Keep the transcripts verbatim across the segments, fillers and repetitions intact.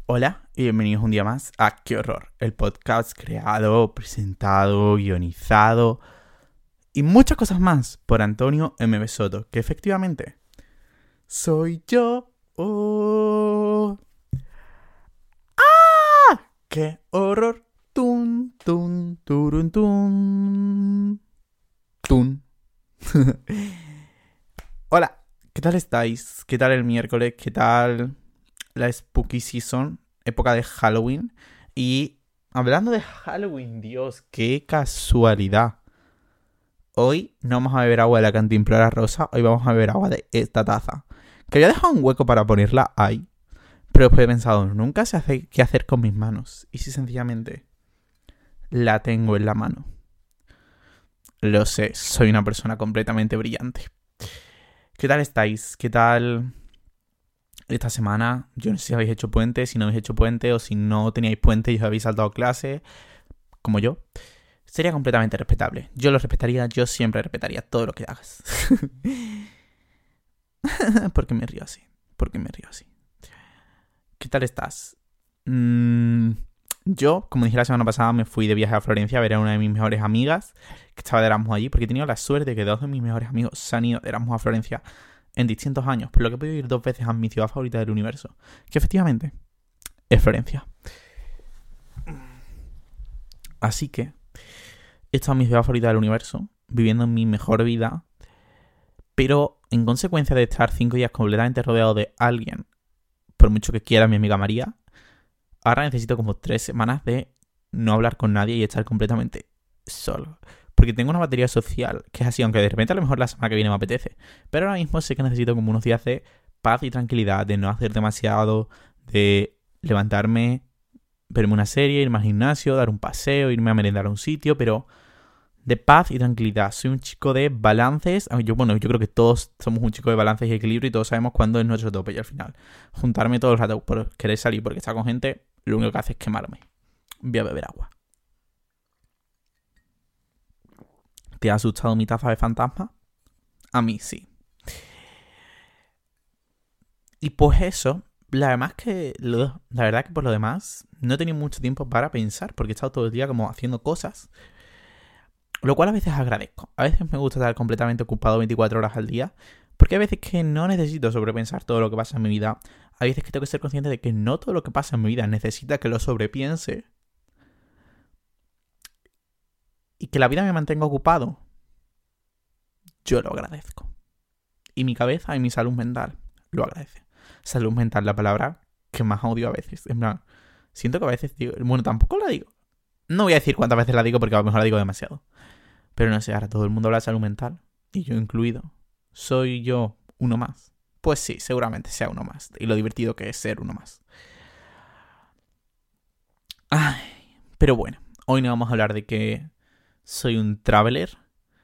Hola y bienvenidos un día más a ¡Qué horror! El podcast creado, presentado, guionizado y muchas cosas más por Antonio M B Soto, que efectivamente soy yo. Oh. ¡Ah! ¡Qué horror! Tun, tun, turun, tun. Tun. Hola, ¿qué tal estáis? ¿Qué tal el miércoles? ¿Qué tal la Spooky Season? Época de Halloween. Y hablando de Halloween, Dios, qué casualidad. Hoy no vamos a beber agua de la cantimplora rosa, hoy vamos a beber agua de esta taza. Que había dejado un hueco para ponerla ahí, pero después he pensado, nunca sé hacer, qué hacer con mis manos. Y si sencillamente la tengo en la mano. Lo sé, soy una persona completamente brillante. ¿Qué tal estáis? ¿Qué tal esta semana? Yo no sé si habéis hecho puente, si no habéis hecho puente o si no teníais puente y os habéis saltado clase, como yo. Sería completamente respetable. Yo lo respetaría, yo siempre respetaría todo lo que hagas. ¿Por qué me río así? ¿Por qué me río así? ¿Qué tal estás? Mm, yo, como dije la semana pasada, me fui de viaje a Florencia a ver a una de mis mejores amigas que estaba de Erasmus allí, porque he tenido la suerte de que dos de mis mejores amigos se han ido de Erasmus a Florencia en distintos años, por lo que he podido ir dos veces a mi ciudad favorita del universo, que efectivamente es Florencia. Así que he estado en mi ciudad favorita del universo, viviendo mi mejor vida, pero en consecuencia de estar cinco días completamente rodeado de alguien, por mucho que quiera mi amiga María, ahora necesito como tres semanas de no hablar con nadie y estar completamente solo. Porque tengo una batería social que es así, aunque de repente a lo mejor la semana que viene me apetece. Pero ahora mismo sé que necesito como unos días de paz y tranquilidad, de no hacer demasiado, de levantarme, verme una serie, irme al gimnasio, dar un paseo, irme a merendar a un sitio, pero de paz y tranquilidad. Soy un chico de balances. Yo, bueno, yo creo que todos somos un chico de balances y equilibrio y todos sabemos cuándo es nuestro tope. Y al final, juntarme todo el rato por querer salir porque estar con gente, lo único que hace es quemarme. Voy a beber agua. ¿Te ha asustado mi taza de fantasma? A mí sí. Y pues eso, la verdad es que lo, la verdad que por lo demás no he tenido mucho tiempo para pensar porque he estado todo el día como haciendo cosas, lo cual a veces agradezco. A veces me gusta estar completamente ocupado veinticuatro horas al día, porque hay veces que no necesito sobrepensar todo lo que pasa en mi vida. Hay veces que tengo que ser consciente de que no todo lo que pasa en mi vida necesita que lo sobrepiense. Y que la vida me mantenga ocupado. Yo lo agradezco. Y mi cabeza y mi salud mental lo agradece. Salud mental, la palabra que más odio a veces. En plan, siento que a veces digo... Bueno, tampoco la digo. No voy a decir cuántas veces la digo porque a lo mejor la digo demasiado. Pero no sé, ahora todo el mundo habla de salud mental. Y yo incluido. ¿Soy yo uno más? Pues sí, seguramente sea uno más. Y lo divertido que es ser uno más. Ay, pero bueno, hoy no vamos a hablar de que soy un traveler.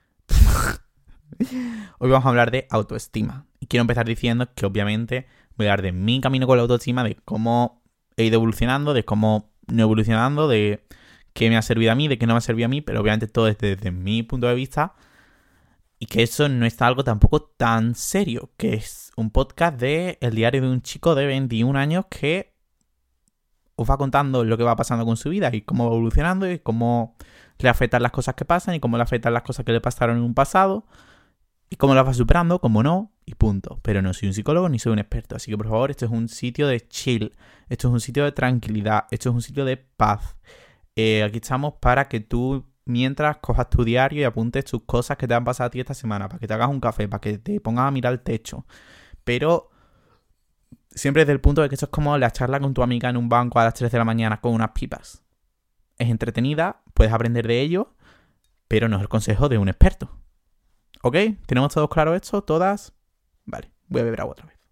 Hoy vamos a hablar de autoestima. Y quiero empezar diciendo que obviamente voy a hablar de mi camino con la autoestima, de cómo he ido evolucionando, de cómo no he evolucionando, de qué me ha servido a mí, de qué no me ha servido a mí, pero obviamente todo desde, desde mi punto de vista. Y que eso no está algo tampoco tan serio, que es un podcast de el diario de un chico de veintiún años que os va contando lo que va pasando con su vida y cómo va evolucionando y cómo le afectan las cosas que pasan y cómo le afectan las cosas que le pasaron en un pasado y cómo las va superando, cómo no, y punto. Pero no soy un psicólogo ni soy un experto, así que por favor, esto es un sitio de chill, esto es un sitio de tranquilidad, esto es un sitio de paz. Eh, aquí estamos para que tú, mientras cojas tu diario y apuntes tus cosas que te han pasado a ti esta semana, para que te hagas un café, para que te pongas a mirar el techo. Pero siempre desde el punto de que esto es como la charla con tu amiga en un banco a las tres de la mañana con unas pipas. Es entretenida, puedes aprender de ello, pero no es el consejo de un experto. ¿Ok? ¿Tenemos todos claro esto? ¿Todas? Vale, voy a beber agua otra vez.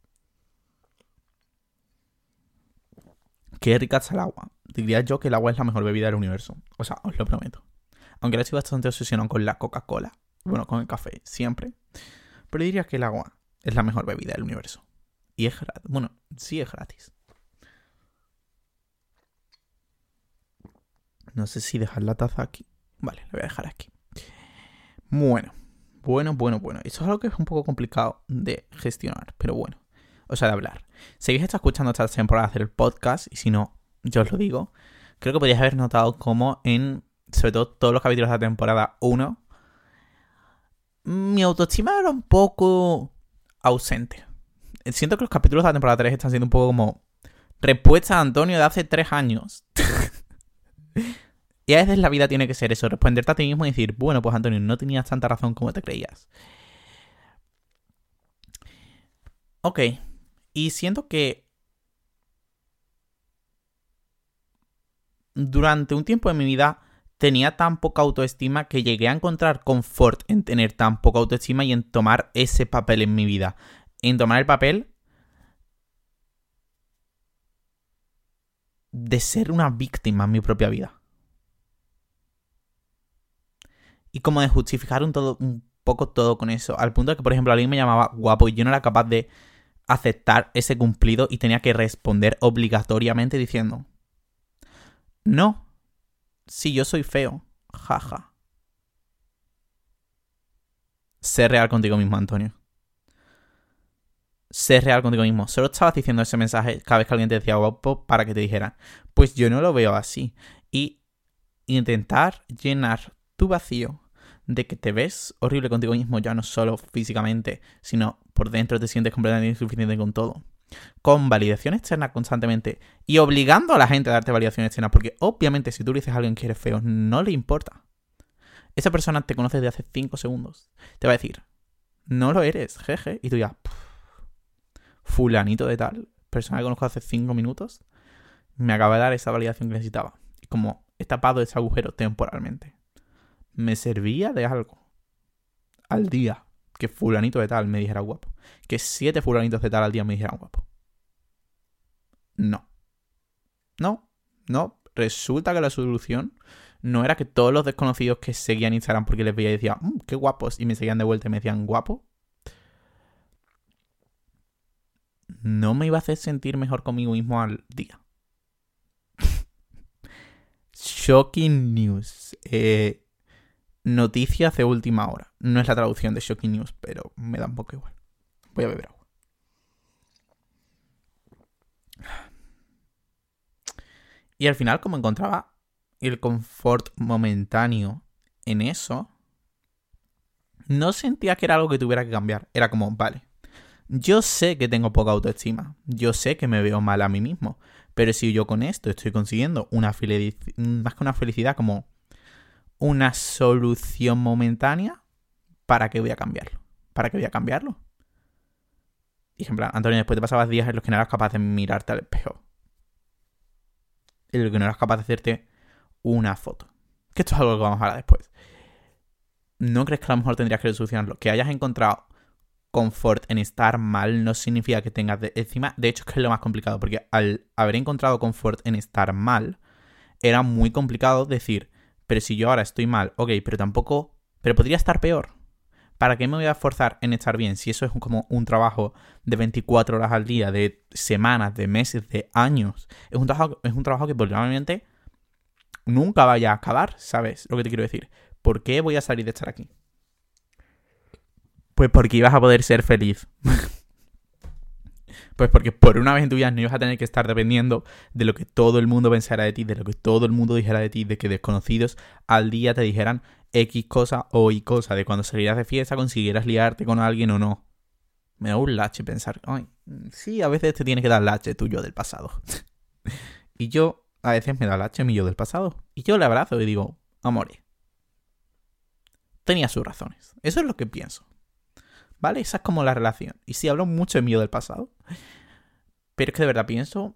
Qué rica está el agua. Diría yo que el agua es la mejor bebida del universo. O sea, os lo prometo. Aunque ahora estoy bastante obsesionado con la Coca-Cola. Bueno, con el café, siempre. Pero diría que el agua es la mejor bebida del universo. Y es gratis. Bueno, sí es gratis. No sé si dejar la taza aquí. Vale, la voy a dejar aquí. Bueno, bueno, bueno, bueno. Eso es algo que es un poco complicado de gestionar, pero bueno. O sea, de hablar. Si habéis estado escuchando esta temporada hacer el podcast, y si no, yo os lo digo, creo que podéis haber notado cómo en, sobre todo, todos los capítulos de la temporada uno, mi autoestima era un poco ausente. Siento que los capítulos de la temporada tres están siendo un poco como respuesta a Antonio de hace tres años. Y a veces la vida tiene que ser eso, responderte a ti mismo y decir, bueno, pues Antonio, no tenías tanta razón como te creías. Ok, y siento que durante un tiempo de mi vida tenía tan poca autoestima que llegué a encontrar confort en tener tan poca autoestima y en tomar ese papel en mi vida. En tomar el papel de ser una víctima en mi propia vida. Y como de justificar un, todo, un poco todo con eso. Al punto de que, por ejemplo, alguien me llamaba guapo y yo no era capaz de aceptar ese cumplido y tenía que responder obligatoriamente diciendo, no, si yo soy feo, jaja. Sé real contigo mismo, Antonio. Sé real contigo mismo. Solo estabas diciendo ese mensaje cada vez que alguien te decía guapo para que te dijeran, pues yo no lo veo así. Y intentar llenar tu vacío de que te ves horrible contigo mismo, ya no solo físicamente, sino por dentro te sientes completamente insuficiente con todo. Con validación externa constantemente y obligando a la gente a darte validación externa, porque obviamente si tú le dices a alguien que eres feo, no le importa. Esa persona te conoce desde hace cinco segundos. Te va a decir, no lo eres, jeje. Y tú ya, fulanito de tal, persona que conozco hace cinco minutos, me acaba de dar esa validación que necesitaba. Y como he tapado ese agujero temporalmente, me servía de algo al día que fulanito de tal me dijera guapo. Que siete fulanitos de tal al día me dijeran guapo. No. No. No. Resulta que la solución no era que todos los desconocidos que seguían Instagram porque les veía y decía, mmm, qué guapos, y me seguían de vuelta y me decían guapo, no me iba a hacer sentir mejor conmigo mismo al día. Shocking news. Eh, noticias de última hora. No es la traducción de Shocking news, pero me da un poco igual. Voy a beber agua. Y al final, como encontraba el confort momentáneo en eso, no sentía que era algo que tuviera que cambiar. Era como, vale, yo sé que tengo poca autoestima, yo sé que me veo mal a mí mismo, pero si yo con esto estoy consiguiendo una felicidad, más que una felicidad, como una solución momentánea, ¿para qué voy a cambiarlo? ¿Para qué voy a cambiarlo? Y en plan, Antonio, después te pasabas días en los que no eras capaz de mirarte al espejo, en los que no eras capaz de hacerte una foto. Que esto es algo que vamos a hablar después. ¿No crees que a lo mejor tendrías que solucionarlo? Que hayas encontrado confort en estar mal no significa que tengas de encima. De hecho, es que es lo más complicado, porque al haber encontrado confort en estar mal, era muy complicado decir, pero si yo ahora estoy mal, ok, pero tampoco, pero podría estar peor. ¿Para qué me voy a esforzar en estar bien? Si eso es como un trabajo de veinticuatro horas al día, de semanas, de meses, de años. Es un trabajo, es un trabajo que probablemente nunca vaya a acabar, ¿sabes lo que te quiero decir? ¿Por qué voy a salir de estar aquí? Pues porque ibas a poder ser feliz. Pues porque por una vez en tu vida no ibas a tener que estar dependiendo de lo que todo el mundo pensara de ti, de lo que todo el mundo dijera de ti, de que desconocidos al día te dijeran X cosa o Y cosa, de cuando salieras de fiesta consiguieras liarte con alguien o no. Me da un lache pensar, ay, sí, a veces te tiene que dar lache tu yo del pasado. Y yo, a veces me da lache mi yo del pasado. Y yo le abrazo y digo, amore, tenía sus razones. Eso es lo que pienso. ¿Vale? Esa es como la relación. Y sí, hablo mucho de mí del pasado. Pero es que de verdad pienso...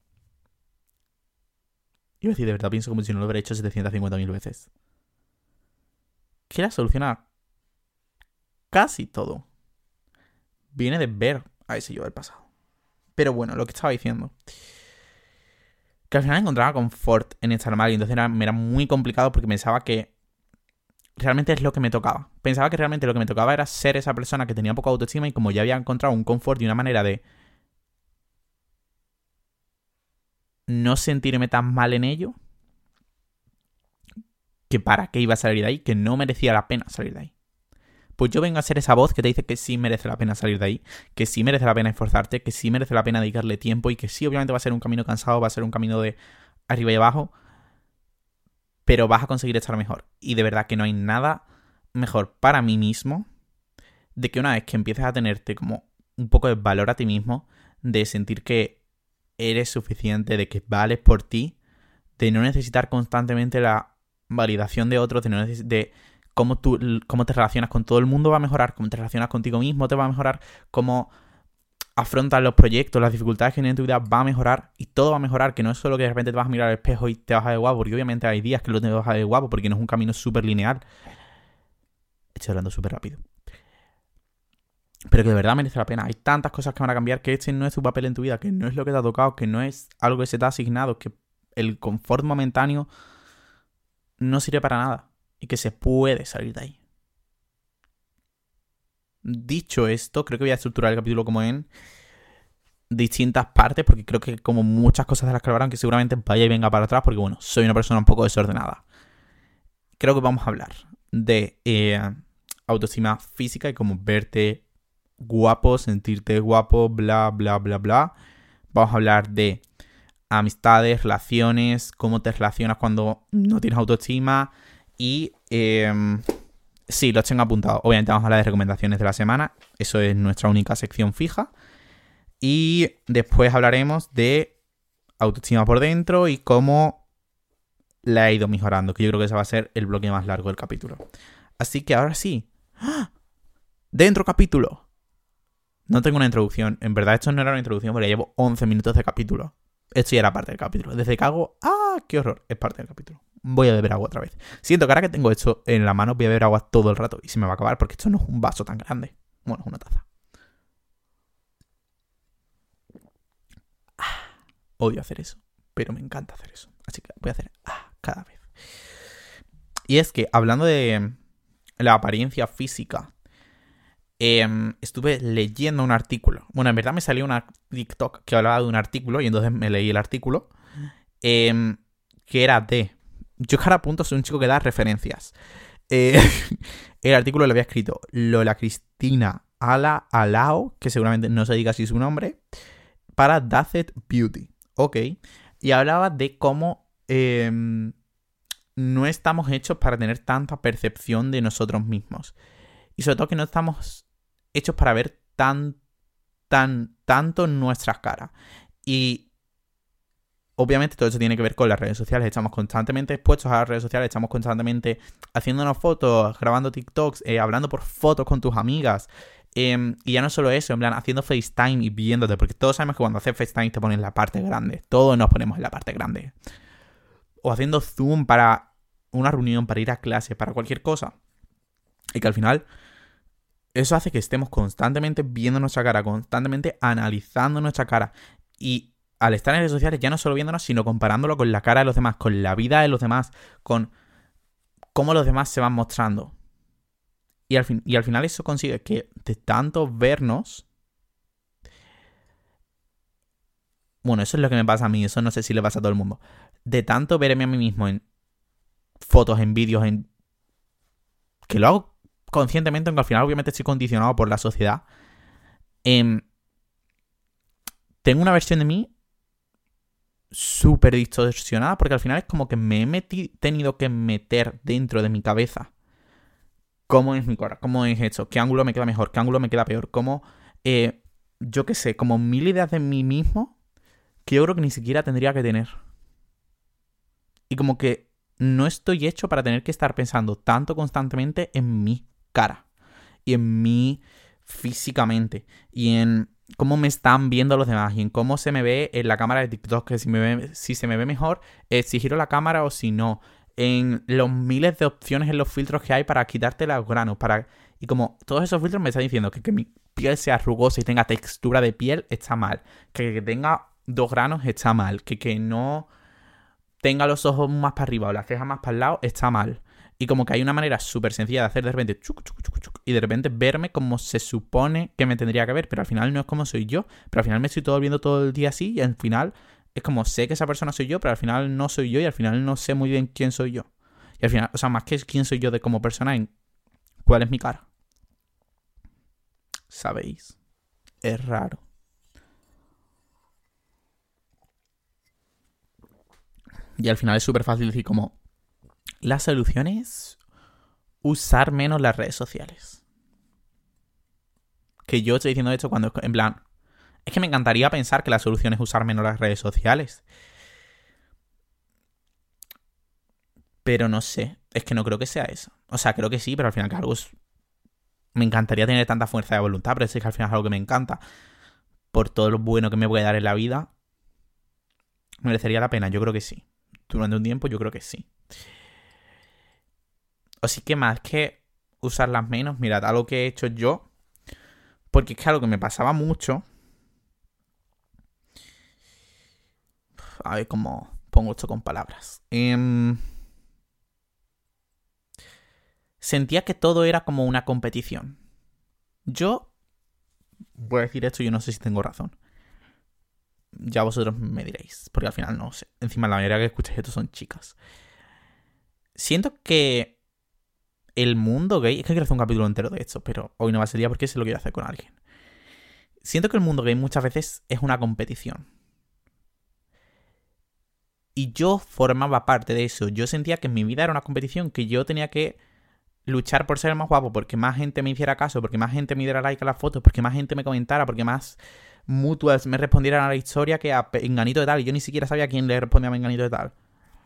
Iba a decir, de verdad pienso como si no lo hubiera hecho setecientas cincuenta mil veces. Que la solución a casi todo viene de ver a ese yo del pasado. Pero bueno, lo que estaba diciendo, que al final encontraba confort en estar mal. Y entonces era, me era muy complicado porque pensaba que realmente es lo que me tocaba. Pensaba que realmente lo que me tocaba era ser esa persona que tenía poca autoestima y como ya había encontrado un confort y una manera de no sentirme tan mal en ello, que para qué iba a salir de ahí, que no merecía la pena salir de ahí. pues yo vengo a ser esa voz que te dice que sí merece la pena salir de ahí, que sí merece la pena esforzarte, que sí merece la pena dedicarle tiempo y que sí, obviamente va a ser un camino cansado, va a ser un camino de arriba y abajo, pero vas a conseguir estar mejor. Y de verdad que no hay nada mejor para mí mismo de que una vez que empieces a tenerte como un poco de valor a ti mismo, de sentir que eres suficiente, de que vales por ti, de no necesitar constantemente la validación de otros, de no neces- de cómo tú cómo te relacionas con todo el mundo va a mejorar, cómo te relacionas contigo mismo te va a mejorar, cómo afrontas los proyectos, las dificultades que tienes en tu vida va a mejorar y todo va a mejorar, que no es solo que de repente te vas a mirar al espejo y te vas a ver guapo, porque obviamente hay días que lo te vas a ver guapo porque no es un camino súper lineal. Estoy hablando súper rápido. Pero que de verdad merece la pena. Hay tantas cosas que van a cambiar, que este no es tu papel en tu vida, que no es lo que te ha tocado, que no es algo que se te ha asignado, que el confort momentáneo no sirve para nada y que se puede salir de ahí. Dicho esto, creo que voy a estructurar el capítulo como en distintas partes, porque creo que como muchas cosas de las que hablaron, que seguramente vaya y venga para atrás, porque bueno, soy una persona un poco desordenada. Creo que vamos a hablar de eh, autoestima física y cómo verte guapo, sentirte guapo, bla, bla, bla, bla. Vamos a hablar de amistades, relaciones, cómo te relacionas cuando no tienes autoestima y... Eh, sí, los tengo apuntados. Obviamente vamos a hablar de recomendaciones de la semana. Eso es nuestra única sección fija. Y después hablaremos de autoestima por dentro y cómo la he ido mejorando, que yo creo que ese va a ser el bloque más largo del capítulo. Así que ahora sí. ¡Ah! ¡Dentro capítulo! No tengo una introducción. En verdad esto no era una introducción porque llevo once minutos de capítulo. Esto ya era parte del capítulo. Desde que hago... ¡Ah! ¡Qué horror! Es parte del capítulo. Voy a beber agua otra vez. Siento que ahora que tengo esto en la mano voy a beber agua todo el rato y se me va a acabar porque esto no es un vaso tan grande. Bueno, es una taza. Ah, odio hacer eso, pero me encanta hacer eso. Así que voy a hacer ah cada vez. Y es que, hablando de la apariencia física, eh, estuve leyendo un artículo. Bueno, en verdad me salió una TikTok que hablaba de un artículo y entonces me leí el artículo. Eh, que era de... Yo cada punto soy un chico que da referencias. Eh, el artículo lo había escrito Lola Cristina Ala Alao, que seguramente no se diga así su nombre, para Dazed Beauty. Ok. Y hablaba de cómo eh, no estamos hechos para tener tanta percepción de nosotros mismos. Y sobre todo que no estamos hechos para ver tan, tan, tanto nuestras caras. Y obviamente todo eso tiene que ver con las redes sociales. Estamos constantemente expuestos a las redes sociales. Estamos constantemente haciéndonos fotos, grabando TikToks, eh, hablando por fotos con tus amigas. Eh, y ya no solo eso, en plan, haciendo FaceTime y viéndote. Porque todos sabemos que cuando haces FaceTime te pones en la parte grande. Todos nos ponemos en la parte grande. O haciendo Zoom para una reunión, para ir a clase, para cualquier cosa. Y que al final... eso hace que estemos constantemente viendo nuestra cara, constantemente analizando nuestra cara. Y al estar en redes sociales ya no solo viéndonos, sino comparándolo con la cara de los demás, con la vida de los demás, con cómo los demás se van mostrando. Y al, fin, y al final eso consigue que de tanto vernos... Bueno, eso es lo que me pasa a mí, eso no sé si le pasa a todo el mundo. De tanto verme a mí mismo en fotos, en vídeos, en... que lo hago conscientemente, aunque al final obviamente estoy condicionado por la sociedad. Eh, tengo una versión de mí súper distorsionada porque al final es como que me he meti- tenido que meter dentro de mi cabeza cómo es mi cara, cómo es esto, qué ángulo me queda mejor, qué ángulo me queda peor, cómo, eh, yo qué sé, como mil ideas de mí mismo que yo creo que ni siquiera tendría que tener. Y como que no estoy hecho para tener que estar pensando tanto constantemente en mi cara y en mí físicamente y en cómo me están viendo los demás y en cómo se me ve en la cámara de TikTok, que si, me ve, si se me ve mejor, eh, si giro la cámara o si no, en los miles de opciones en los filtros que hay para quitarte los granos, para... y como todos esos filtros me están diciendo que, que mi piel sea rugosa y tenga textura de piel está mal, que, que tenga dos granos está mal, que, que no tenga los ojos más para arriba o las cejas más para el lado está mal. Y como que hay una manera súper sencilla de hacer de repente chuc, chuc, chuc, chuc, y de repente verme como se supone que me tendría que ver, pero al final no es como soy yo, pero al final me estoy todo viendo todo el día así y al final es como sé que esa persona soy yo, pero al final no soy yo y al final no sé muy bien quién soy yo. Y al final, o sea, más que quién soy yo de como persona, en cuál es mi cara. ¿Sabéis? Es raro. Y al final es súper fácil decir como... La solución es usar menos las redes sociales. Que yo estoy diciendo esto cuando... En plan... Es que me encantaría pensar que la solución es usar menos las redes sociales. Pero no sé. Es que no creo que sea eso. O sea, creo que sí, pero al final que algo es... Me encantaría tener tanta fuerza de voluntad, pero es que al final es algo que me encanta. Por todo lo bueno que me puede dar en la vida. ¿Merecería la pena? Yo creo que sí. Durante un tiempo yo creo que sí. Así que más que usarlas menos, mirad, algo que he hecho yo, porque es que algo que me pasaba mucho... A ver cómo pongo esto con palabras. Eh, sentía que todo era como una competición. Yo voy a decir esto y yo no sé si tengo razón. Ya vosotros me diréis, porque al final no sé. Encima la mayoría que escucháis esto son chicas. Siento que el mundo gay... Es que quiero hacer un capítulo entero de esto, pero hoy no va a ser día porque se lo quiero hacer con alguien. Siento que el mundo gay muchas veces es una competición. Y yo formaba parte de eso. Yo sentía que en mi vida era una competición, que yo tenía que luchar por ser el más guapo, porque más gente me hiciera caso, porque más gente me diera like a las fotos, porque más gente me comentara, porque más mutuas me respondieran a la historia que a Menganito de tal. Y yo ni siquiera sabía quién le respondía a Menganito de tal.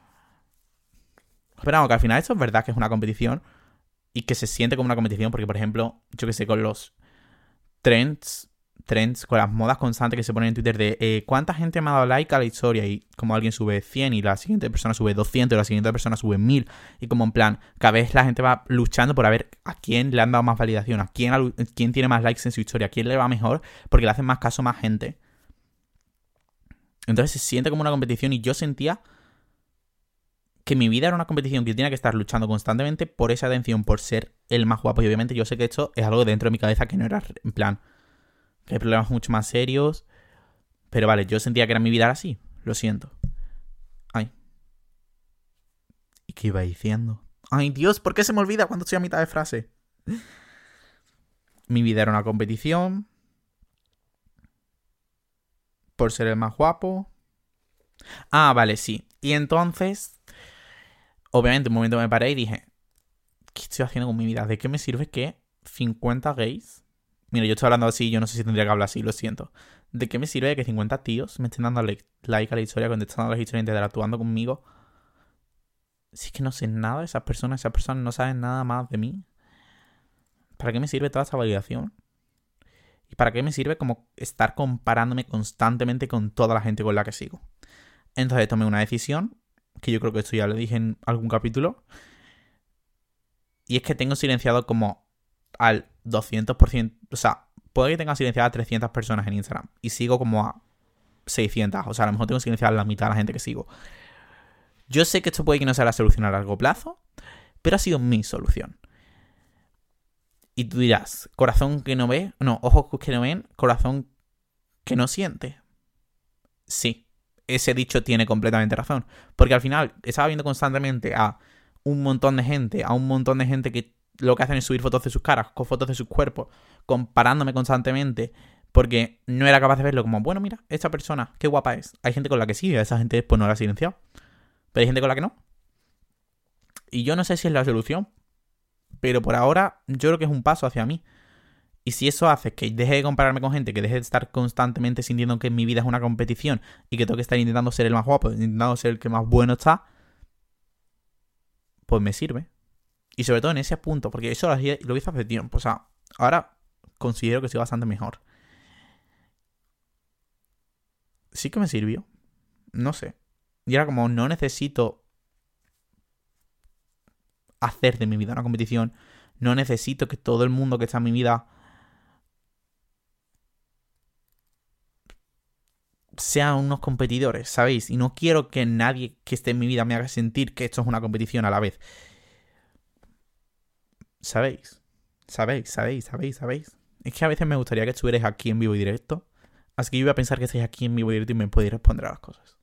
Pero vamos, que al final esto es verdad que es una competición y que se siente como una competición, porque por ejemplo, yo que sé, con los trends, trends, con las modas constantes que se ponen en Twitter de eh, cuánta gente me ha dado like a la historia, y como alguien sube cien y la siguiente persona sube doscientos y la siguiente persona sube mil, y como en plan, cada vez la gente va luchando por a ver a quién le han dado más validación, a quién, quién tiene más likes en su historia, a quién le va mejor, porque le hacen más caso a más gente. Entonces se siente como una competición y yo sentía que mi vida era una competición, que yo tenía que estar luchando constantemente por esa atención, por ser el más guapo. Y obviamente yo sé que esto es algo dentro de mi cabeza que no era en plan, que hay problemas mucho más serios. Pero vale, yo sentía que era mi vida era así. Lo siento. Ay. ¿Y qué iba diciendo? Ay, Dios, ¿por qué se me olvida cuando estoy a mitad de frase? Mi vida era una competición. Por ser el más guapo. Ah, vale, sí. Y entonces, obviamente, un momento me paré y dije, ¿qué estoy haciendo con mi vida? ¿De qué me sirve que cincuenta gays? Mira, yo estoy hablando así, yo no sé si tendría que hablar así, lo siento. ¿De qué me sirve que cincuenta tíos me estén dando like a la historia, contestando las historias, interactuando conmigo? Si es que no sé nada de esas personas, esas personas no saben nada más de mí. ¿Para qué me sirve toda esa validación? ¿Y para qué me sirve como estar comparándome constantemente con toda la gente con la que sigo? Entonces tomé una decisión, que yo creo que esto ya lo dije en algún capítulo, y es que tengo silenciado como al doscientos por ciento, o sea, puedo que tenga silenciado a trescientas personas en Instagram y sigo como a seiscientas, o sea, a lo mejor tengo silenciado a la mitad de la gente que sigo. Yo sé que esto puede que no sea la solución a largo plazo, pero ha sido mi solución. Y tú dirás, corazón que no ve, no, ojos que no ven, corazón que no siente. Sí, ese dicho tiene completamente razón. Porque al final estaba viendo constantemente a un montón de gente, a un montón de gente que lo que hacen es subir fotos de sus caras, con fotos de sus cuerpos, comparándome constantemente, porque no era capaz de verlo como, bueno, mira, esta persona, qué guapa es. Hay gente con la que sí, a esa gente pues no la ha silenciado. Pero hay gente con la que no. Y yo no sé si es la solución, pero por ahora yo creo que es un paso hacia mí. Y si eso hace que deje de compararme con gente, que deje de estar constantemente sintiendo que mi vida es una competición y que tengo que estar intentando ser el más guapo, intentando ser el que más bueno está, pues me sirve. Y sobre todo en ese punto, porque eso lo hice hace tiempo. O sea, ahora considero que estoy bastante mejor. Sí que me sirvió. No sé. Y era como, no necesito hacer de mi vida una competición. No necesito que todo el mundo que está en mi vida sean unos competidores, ¿sabéis? Y no quiero que nadie que esté en mi vida me haga sentir que esto es una competición a la vez. ¿Sabéis? ¿Sabéis? ¿Sabéis? ¿Sabéis? ¿Sabéis? Es que a veces me gustaría que estuvierais aquí en vivo y directo. Así que yo voy a pensar que estáis aquí en vivo y directo y me podéis responder a las cosas.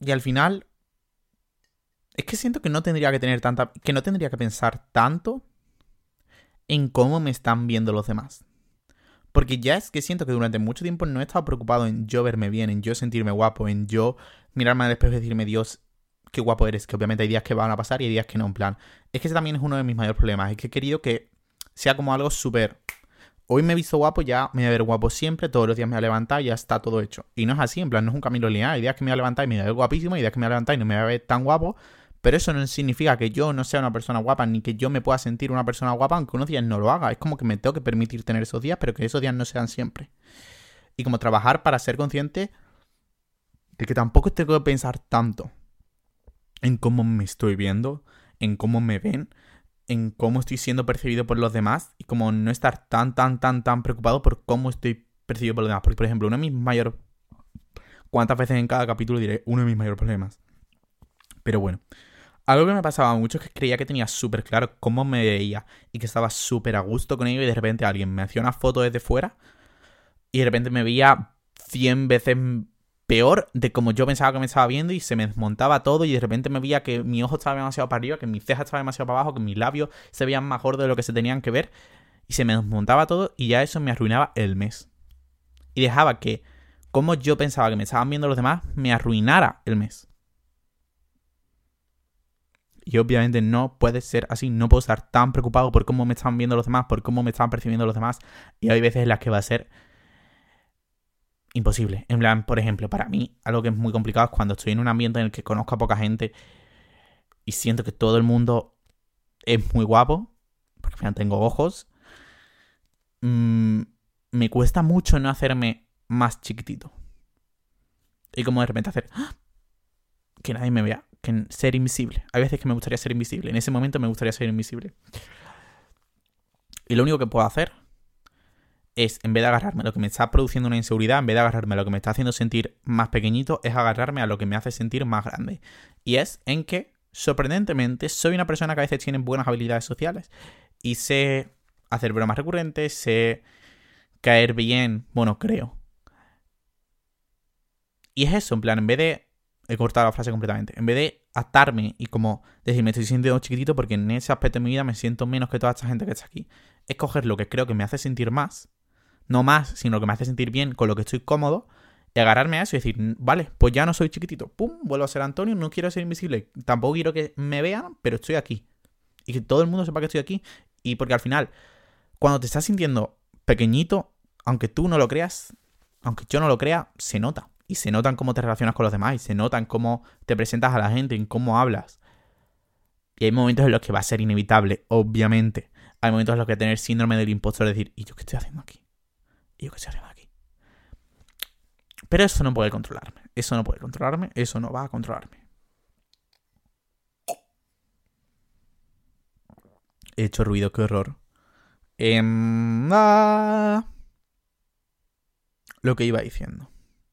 Y al final, es que siento que no tendría que tener tanta... Que no tendría que pensar tanto en cómo me están viendo los demás. Porque ya es que siento que durante mucho tiempo no he estado preocupado en yo verme bien, en yo sentirme guapo, en yo mirarme al espejo y decirme, Dios, qué guapo eres. Que obviamente hay días que van a pasar y hay días que no, en plan. Es que ese también es uno de mis mayores problemas. Es que he querido que sea como algo súper... Hoy me he visto guapo, ya me voy a ver guapo siempre, todos los días me voy a levantar y ya está todo hecho. Y no es así, en plan, no es un camino lineal. Hay días que me voy a levantar y me voy a ver guapísimo, hay días que me voy a levantar y no me voy a ver tan guapo. Pero eso no significa que yo no sea una persona guapa, ni que yo me pueda sentir una persona guapa, aunque unos días no lo haga. Es como que me tengo que permitir tener esos días, pero que esos días no sean siempre. Y como trabajar para ser consciente de que tampoco tengo que pensar tanto en cómo me estoy viendo, en cómo me ven, en cómo estoy siendo percibido por los demás, y como no estar tan, tan, tan, tan preocupado por cómo estoy percibido por los demás. Porque, por ejemplo, uno de mis mayores... ¿Cuántas veces en cada capítulo diré uno de mis mayores problemas? Pero bueno... Algo que me pasaba mucho es que creía que tenía súper claro cómo me veía y que estaba súper a gusto con ello, y de repente alguien me hacía una foto desde fuera y de repente me veía cien veces peor de como yo pensaba que me estaba viendo, y se me desmontaba todo, y de repente me veía que mi ojo estaba demasiado para arriba, que mi ceja estaba demasiado para abajo, que mis labios se veían más gordos de lo que se tenían que ver, y se me desmontaba todo, y ya eso me arruinaba el mes. Y dejaba que como yo pensaba que me estaban viendo los demás me arruinara el mes. Y obviamente no puede ser así. No puedo estar tan preocupado por cómo me están viendo los demás, por cómo me están percibiendo los demás. Y hay veces en las que va a ser imposible. En plan, por ejemplo, para mí, algo que es muy complicado es cuando estoy en un ambiente en el que conozco a poca gente y siento que todo el mundo es muy guapo, porque al final tengo ojos. Mmm, me cuesta mucho no hacerme más chiquitito. Y como de repente hacer... ¡Ah! Que nadie me vea. Que ser invisible. Hay veces que me gustaría ser invisible. En ese momento me gustaría ser invisible. Y lo único que puedo hacer es, en vez de agarrarme a lo que me está produciendo una inseguridad, en vez de agarrarme a lo que me está haciendo sentir más pequeñito, es agarrarme a lo que me hace sentir más grande. Y es en que, sorprendentemente, soy una persona que a veces tiene buenas habilidades sociales. Y sé hacer bromas recurrentes, sé caer bien. Bueno, creo. Y es eso, en plan, en vez de... He cortado la frase completamente. En vez de atarme y como decir, me estoy sintiendo chiquitito porque en ese aspecto de mi vida me siento menos que toda esta gente que está aquí. Es coger lo que creo que me hace sentir más. No más, sino lo que me hace sentir bien, con lo que estoy cómodo. Y agarrarme a eso y decir, vale, pues ya no soy chiquitito. Pum, vuelvo a ser Antonio, no quiero ser invisible. Tampoco quiero que me vean, pero estoy aquí. Y que todo el mundo sepa que estoy aquí. Y porque al final, cuando te estás sintiendo pequeñito, aunque tú no lo creas, aunque yo no lo crea, se nota. Y se nota en cómo te relacionas con los demás. Y se nota en cómo te presentas a la gente, en cómo hablas. Y hay momentos en los que va a ser inevitable, obviamente. Hay momentos en los que tener síndrome del impostor, decir, ¿y yo qué estoy haciendo aquí? ¿Y yo qué estoy haciendo aquí? Pero eso no puede controlarme. Eso no puede controlarme. Eso no va a controlarme. He hecho ruido, qué horror. Eh, ah, lo que iba diciendo.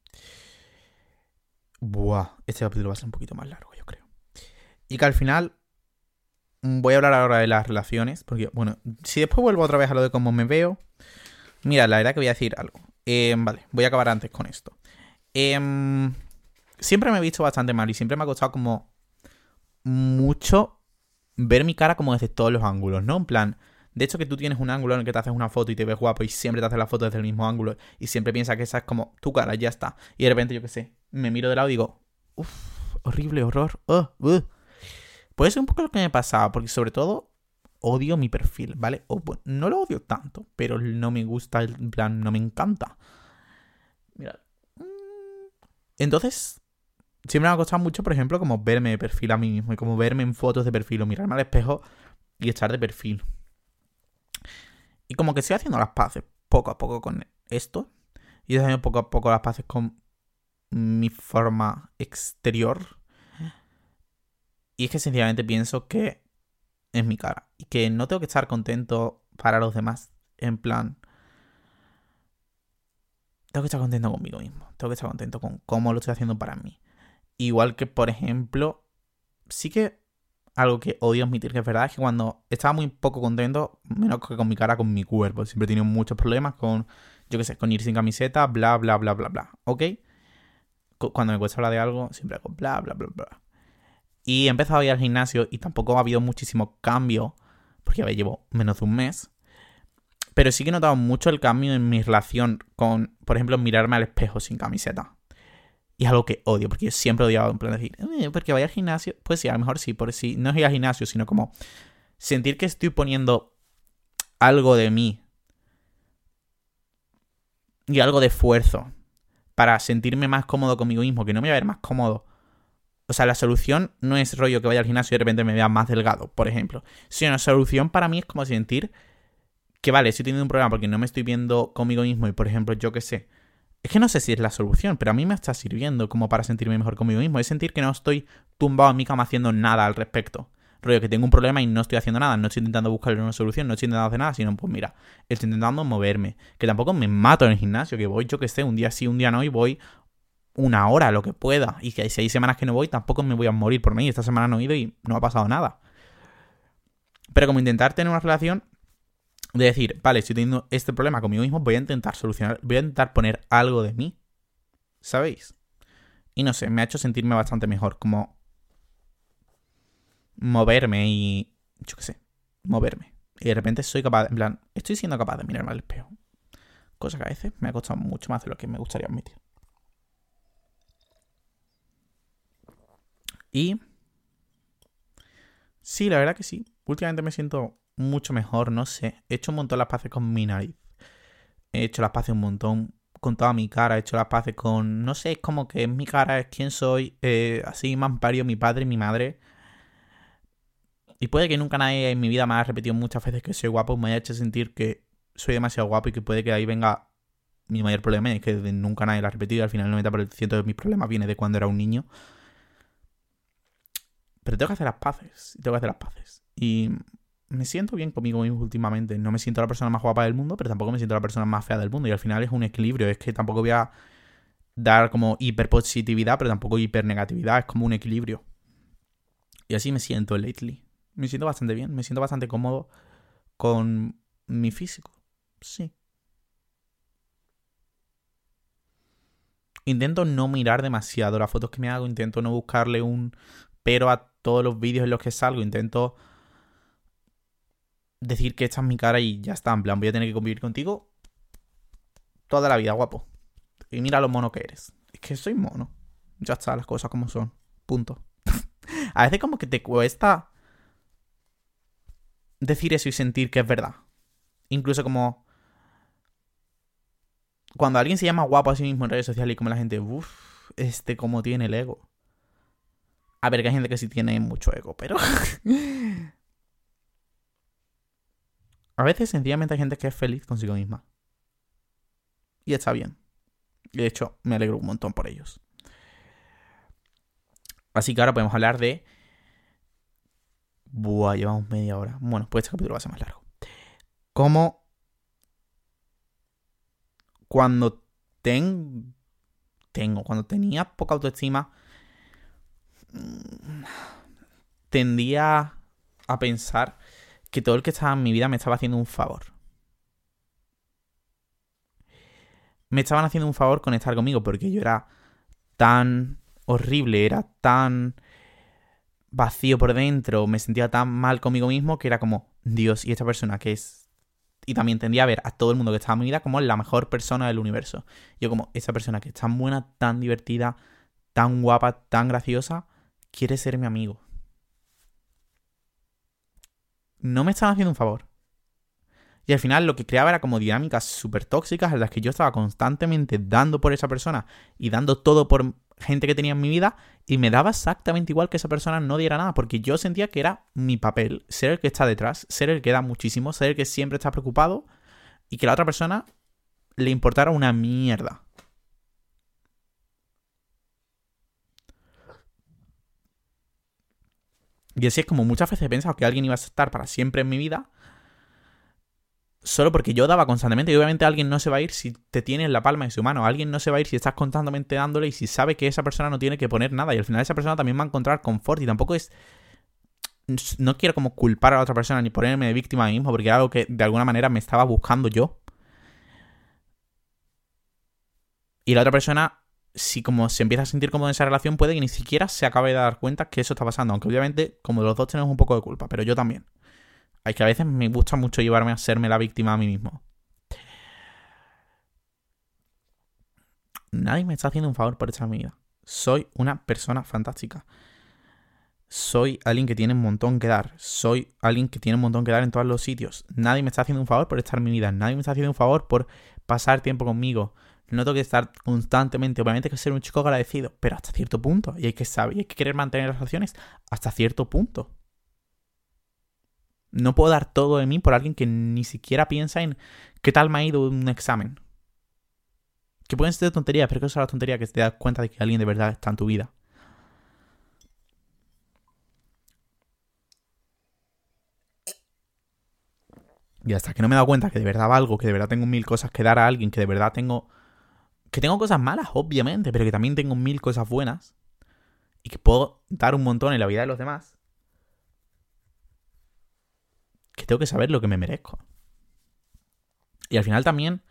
Buah, este capítulo va a ser un poquito más largo, yo creo. Y que al final voy a hablar ahora de las relaciones, porque, bueno, si después vuelvo otra vez a lo de cómo me veo... Mira, la verdad que voy a decir algo. Eh, vale, voy a acabar antes con esto. Eh, siempre me he visto bastante mal y siempre me ha costado como mucho ver mi cara como desde todos los ángulos, ¿no? En plan... De hecho, que tú tienes un ángulo en el que te haces una foto y te ves guapo y siempre te haces la foto desde el mismo ángulo y siempre piensas que esa es como tu cara, ya está. Y de repente, yo qué sé, me miro de lado y digo, uff, horrible, horror, uh, uh. Pues es un poco lo que me pasaba, porque sobre todo odio mi perfil, ¿vale? O, bueno, no lo odio tanto, pero no me gusta, en plan, no me encanta. Mira. Entonces, siempre me ha costado mucho, por ejemplo, como verme de perfil a mí mismo y como verme en fotos de perfil o mirarme al espejo y estar de perfil. Y como que estoy haciendo las paces poco a poco con esto. Y estoy haciendo poco a poco las paces con mi forma exterior. Y es que sencillamente pienso que es mi cara. Y que no tengo que estar contento para los demás. En plan... Tengo que estar contento conmigo mismo. Tengo que estar contento con cómo lo estoy haciendo para mí. Igual que, por ejemplo... Sí que... Algo que odio admitir que es verdad es que cuando estaba muy poco contento, menos que con mi cara, con mi cuerpo. Siempre he tenido muchos problemas con, yo qué sé, con ir sin camiseta, bla, bla, bla, bla, bla. ¿Ok? cuando me cuesta hablar de algo, siempre hago bla, bla, bla, bla. Y he empezado a ir al gimnasio y tampoco ha habido muchísimo cambio, porque ya llevo menos de un mes. Pero sí que he notado mucho el cambio en mi relación con, por ejemplo, mirarme al espejo sin camiseta. Y es algo que odio, porque yo siempre he odiado en plan decir, eh, porque vaya al gimnasio. Pues sí, a lo mejor sí, por si no es ir al gimnasio, sino como sentir que estoy poniendo algo de mí y algo de esfuerzo para sentirme más cómodo conmigo mismo, que no me voy a ver más cómodo. O sea, la solución no es rollo que vaya al gimnasio y de repente me vea más delgado, por ejemplo. Sino la solución para mí es como sentir que, vale, estoy teniendo un problema porque no me estoy viendo conmigo mismo y, por ejemplo, yo qué sé. Es que no sé si es la solución, pero a mí me está sirviendo como para sentirme mejor conmigo mismo. Es sentir que no estoy tumbado en mi cama haciendo nada al respecto. Rollo, que tengo un problema y no estoy haciendo nada. No estoy intentando buscarle una solución, no estoy intentando hacer nada, sino, pues mira, estoy intentando moverme. Que tampoco me mato en el gimnasio, que voy, yo qué sé, un día sí, un día no, y voy una hora, lo que pueda. Y que si hay semanas que no voy, tampoco me voy a morir por mí. Esta semana no he ido y no ha pasado nada. Pero como intentar tener una relación de decir, vale, estoy teniendo este problema conmigo mismo, voy a intentar solucionar, voy a intentar poner algo de mí, ¿sabéis? Y no sé, me ha hecho sentirme bastante mejor, como moverme y, yo qué sé, moverme. Y de repente soy capaz, en plan, estoy siendo capaz de mirarme al espejo. Cosa que a veces me ha costado mucho más de lo que me gustaría admitir. Y sí, la verdad que sí. Últimamente me siento mucho mejor, no sé. He hecho un montón las paces con mi nariz. He hecho las paces un montón con toda mi cara. He hecho las paces con... No sé, es como que es mi cara, es quién soy. Eh, así me han parido mi padre y mi madre. Y puede que nunca nadie en mi vida me haya repetido muchas veces que soy guapo. Me haya hecho sentir que soy demasiado guapo y que puede que ahí venga mi mayor problema. Y es que nunca nadie lo ha repetido. Y al final el noventa por ciento de mis problemas viene de cuando era un niño. Pero tengo que hacer las paces. Tengo que hacer las paces. Y me siento bien conmigo mismo últimamente. No me siento la persona más guapa del mundo, pero tampoco me siento la persona más fea del mundo. Y al final es un equilibrio. Es que tampoco voy a dar como hiperpositividad, pero tampoco hipernegatividad. Es como un equilibrio. Y así me siento lately. Me siento bastante bien. Me siento bastante cómodo con mi físico. Sí. Intento no mirar demasiado las fotos que me hago. Intento no buscarle un pero a todos los vídeos en los que salgo. Intento decir que esta es mi cara y ya está. En plan, voy a tener que convivir contigo toda la vida, guapo. Y mira lo mono que eres. Es que soy mono. Ya está, las cosas como son. Punto. A veces como que te cuesta decir eso y sentir que es verdad. Incluso como cuando alguien se llama guapo a sí mismo en redes sociales y como la gente, uff, este como tiene el ego. A ver, que hay gente que sí tiene mucho ego, pero... a veces sencillamente hay gente que es feliz consigo misma. Y está bien. De hecho, me alegro un montón por ellos. Así que ahora podemos hablar de... Buah, llevamos media hora. Bueno, pues este capítulo va a ser más largo. Cómo... Cuando ten... tengo... Cuando tenía poca autoestima... tendía a pensar que todo el que estaba en mi vida me estaba haciendo un favor. Me estaban haciendo un favor con estar conmigo porque yo era tan horrible, era tan vacío por dentro, me sentía tan mal conmigo mismo que era como, Dios, y esta persona que es... Y también tendía a ver a todo el mundo que estaba en mi vida como la mejor persona del universo. Yo como, esa persona que es tan buena, tan divertida, tan guapa, tan graciosa, quiere ser mi amigo. No me estaban haciendo un favor. Y al final lo que creaba era como dinámicas súper tóxicas en las que yo estaba constantemente dando por esa persona y dando todo por gente que tenía en mi vida y me daba exactamente igual que esa persona no diera nada porque yo sentía que era mi papel, ser el que está detrás, ser el que da muchísimo, ser el que siempre está preocupado y que la otra persona le importara una mierda. Y así es como muchas veces he pensado que alguien iba a estar para siempre en mi vida solo porque yo daba constantemente. Y obviamente alguien no se va a ir si te tiene en la palma de su mano. Alguien no se va a ir si estás constantemente dándole y si sabe que esa persona no tiene que poner nada. Y al final esa persona también va a encontrar confort. Y tampoco es... No quiero como culpar a la otra persona ni ponerme de víctima a mí mismo porque era algo que de alguna manera me estaba buscando yo. Y la otra persona si como se empieza a sentir cómodo en esa relación, puede que ni siquiera se acabe de dar cuenta que eso está pasando. Aunque obviamente, como los dos tenemos un poco de culpa, pero yo también. Es que a veces me gusta mucho llevarme a serme la víctima a mí mismo. Nadie me está haciendo un favor por esta vida. Soy una persona fantástica. Soy alguien que tiene un montón que dar. Soy alguien que tiene un montón que dar en todos los sitios. Nadie me está haciendo un favor por estar en mi vida. Nadie me está haciendo un favor por pasar tiempo conmigo. No tengo que estar constantemente. Obviamente hay que ser un chico agradecido, pero hasta cierto punto. Y hay que saber, y hay que querer mantener las relaciones hasta cierto punto. No puedo dar todo de mí por alguien que ni siquiera piensa en qué tal me ha ido un examen. Que pueden ser tonterías, pero que son las tonterías que te das cuenta de que alguien de verdad está en tu vida. Y hasta que no me he dado cuenta que de verdad valgo, que de verdad tengo mil cosas que dar a alguien, que de verdad tengo... Que tengo cosas malas, obviamente, pero que también tengo mil cosas buenas. Y que puedo dar un montón en la vida de los demás. Que tengo que saber lo que me merezco. Y al final también...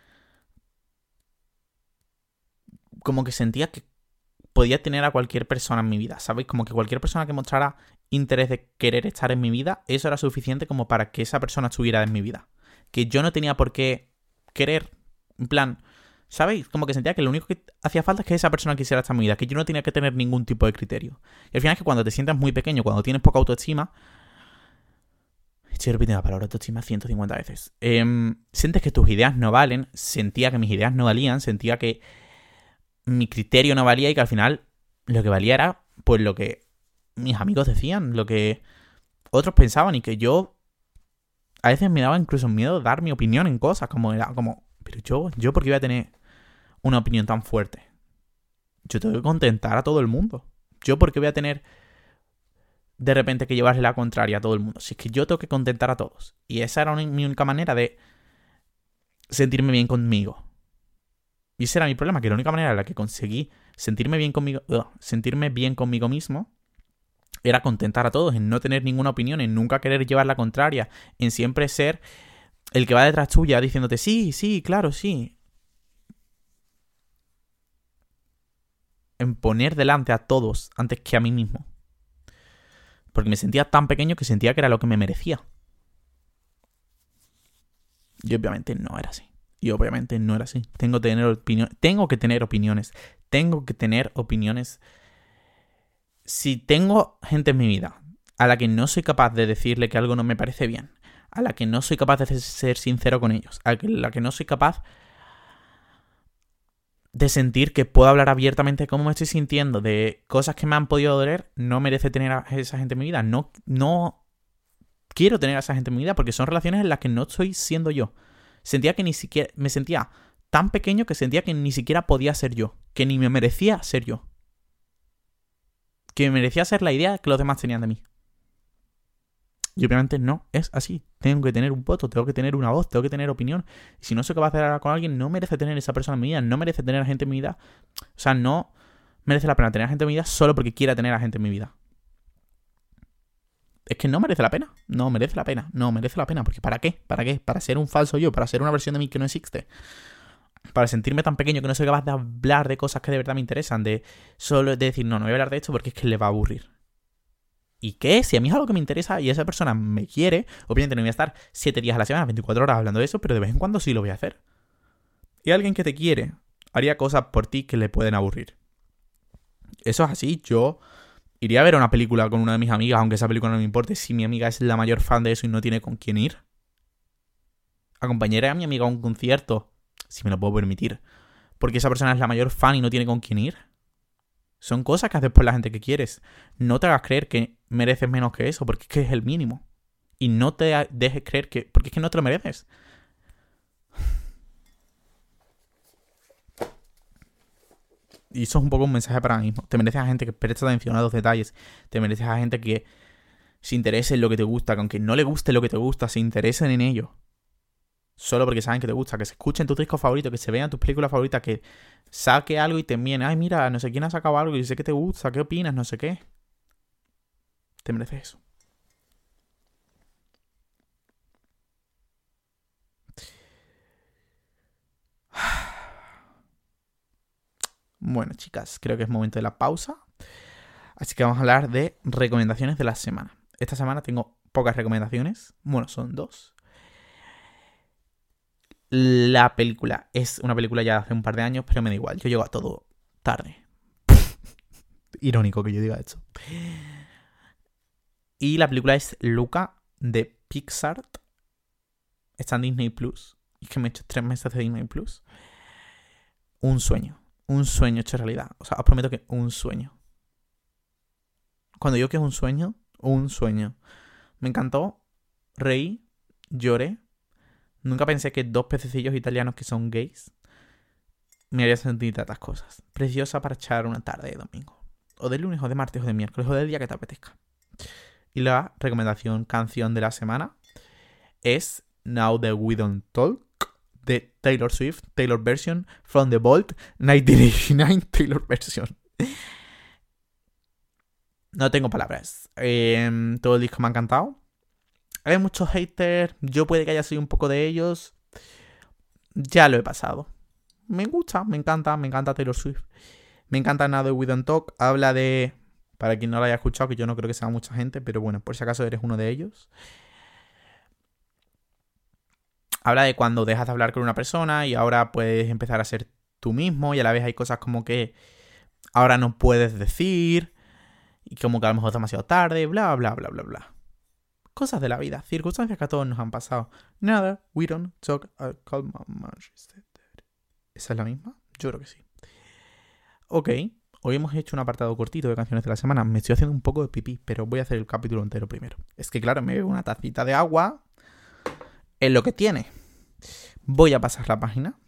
Como que sentía que podía tener a cualquier persona en mi vida, ¿sabéis? Como que cualquier persona que mostrara interés de querer estar en mi vida, eso era suficiente como para que esa persona estuviera en mi vida. Que yo no tenía por qué querer, en plan, ¿sabéis? Como que sentía que lo único que hacía falta es que esa persona quisiera estar en mi vida, que yo no tenía que tener ningún tipo de criterio. Y al final es que cuando te sientas muy pequeño, cuando tienes poca autoestima... Estoy repitiendo la palabra autoestima ciento cincuenta veces. Eh, sientes que tus ideas no valen, sentía que mis ideas no valían, sentía que mi criterio no valía y que al final lo que valía era pues lo que mis amigos decían, lo que otros pensaban y que yo a veces me daba incluso miedo dar mi opinión en cosas, como era como, pero yo, yo ¿por qué voy a tener una opinión tan fuerte? Yo tengo que contentar a todo el mundo. Yo ¿por qué voy a tener de repente que llevarle la contraria a todo el mundo? Si es que yo tengo que contentar a todos. Y esa era mi única manera de sentirme bien conmigo. Y ese era mi problema, que la única manera en la que conseguí sentirme bien conmigo, uh, sentirme bien conmigo mismo, era contentar a todos, en no tener ninguna opinión, en nunca querer llevar la contraria, en siempre ser el que va detrás tuya diciéndote, sí, sí, claro, sí. En poner delante a todos antes que a mí mismo. Porque me sentía tan pequeño que sentía que era lo que me merecía. Y obviamente no era así. Y obviamente no era así. Tengo que tener opiniones. Tengo que tener opiniones. Tengo que tener opiniones. Si tengo gente en mi vida a la que no soy capaz de decirle que algo no me parece bien, a la que no soy capaz de ser sincero con ellos, a la que no soy capaz de sentir que puedo hablar abiertamente de cómo me estoy sintiendo, de cosas que me han podido doler, no merece tener a esa gente en mi vida. No, no quiero tener a esa gente en mi vida porque son relaciones en las que no estoy siendo yo. Sentía que ni siquiera... Me sentía tan pequeño que sentía que ni siquiera podía ser yo. Que ni me merecía ser yo. Que me merecía ser la idea que los demás tenían de mí. Y obviamente no es así. Tengo que tener un voto, tengo que tener una voz, tengo que tener opinión. Y si no soy capaz de hablar con alguien, no merece tener esa persona en mi vida. No merece tener a gente en mi vida. O sea, no merece la pena tener a gente en mi vida solo porque quiera tener a gente en mi vida. Es que no merece la pena. No merece la pena. No merece la pena. Porque ¿para qué? ¿Para qué? ¿Para ser un falso yo? ¿Para ser una versión de mí que no existe? Para sentirme tan pequeño que no soy capaz de hablar de cosas que de verdad me interesan. De solo de decir, no, no voy a hablar de esto porque es que le va a aburrir. ¿Y qué? Si a mí es algo que me interesa y esa persona me quiere, obviamente no voy a estar siete días a la semana, veinticuatro horas hablando de eso, pero de vez en cuando sí lo voy a hacer. Y alguien que te quiere haría cosas por ti que le pueden aburrir. Eso es así. Yo iría a ver una película con una de mis amigas, aunque esa película no me importe, si mi amiga es la mayor fan de eso y no tiene con quién ir. Acompañaré a mi amiga a un concierto, si me lo puedo permitir, porque esa persona es la mayor fan y no tiene con quién ir. Son cosas que haces por la gente que quieres. No te hagas creer que mereces menos que eso, porque es que es el mínimo. Y no te dejes creer que... Porque es que no te lo mereces. Y eso es un poco un mensaje para mí mismo. Te mereces a gente que preste atención a los detalles. Te mereces a gente que se interese en lo que te gusta, que aunque no le guste lo que te gusta, se interesen en ello. Solo porque saben que te gusta, que se escuchen tus discos favoritos, que se vean tus películas favoritas, que saque algo y te envíen, ay, mira, no sé quién ha sacado algo y sé que te gusta, ¿qué opinas? No sé qué. Te mereces eso. Bueno, chicas, creo que es momento de la pausa. Así que vamos a hablar de recomendaciones de la semana. Esta semana tengo pocas recomendaciones. Bueno, son dos. La película es una película ya de hace un par de años, pero me da igual. Yo llego a todo tarde. Irónico que yo diga esto. Y la película es Luca, de Pixar. Está en Disney Plus. Y es que me he hecho tres meses de Disney Plus. Un sueño. Un sueño hecho realidad. O sea, os prometo que un sueño. Cuando digo que es un sueño, un sueño. Me encantó. Reí. Lloré. Nunca pensé que dos pececillos italianos que son gays me harían sentir tantas cosas. Preciosa para echar una tarde de domingo. O de lunes, o de martes, o de miércoles, o del día que te apetezca. Y la recomendación canción de la semana es Now That We Don't Talk, de Taylor Swift, Taylor Version, From the Vault, mil novecientos ochenta y nueve, Taylor Version. No tengo palabras. Eh, todo el disco me ha encantado. Hay muchos haters. Yo puede que haya sido un poco de ellos. Ya lo he pasado. Me gusta, me encanta, me encanta Taylor Swift. Me encanta Now That We Don't Talk. Habla de... Para quien no lo haya escuchado, que yo no creo que sea mucha gente, pero bueno, por si acaso eres uno de ellos. Habla de cuando dejas de hablar con una persona y ahora puedes empezar a ser tú mismo y a la vez hay cosas como que ahora no puedes decir y como que a lo mejor es demasiado tarde, bla, bla, bla, bla, bla. Cosas de la vida, circunstancias que a todos nos han pasado. Nada, we don't talk, I call my mom. ¿Esa es la misma? Yo creo que sí. Ok, hoy hemos hecho un apartado cortito de canciones de la semana. Me estoy haciendo un poco de pipí, pero voy a hacer el capítulo entero primero. Es que claro, me bebo una tacita de agua. Es lo que tiene. Voy a pasar la página.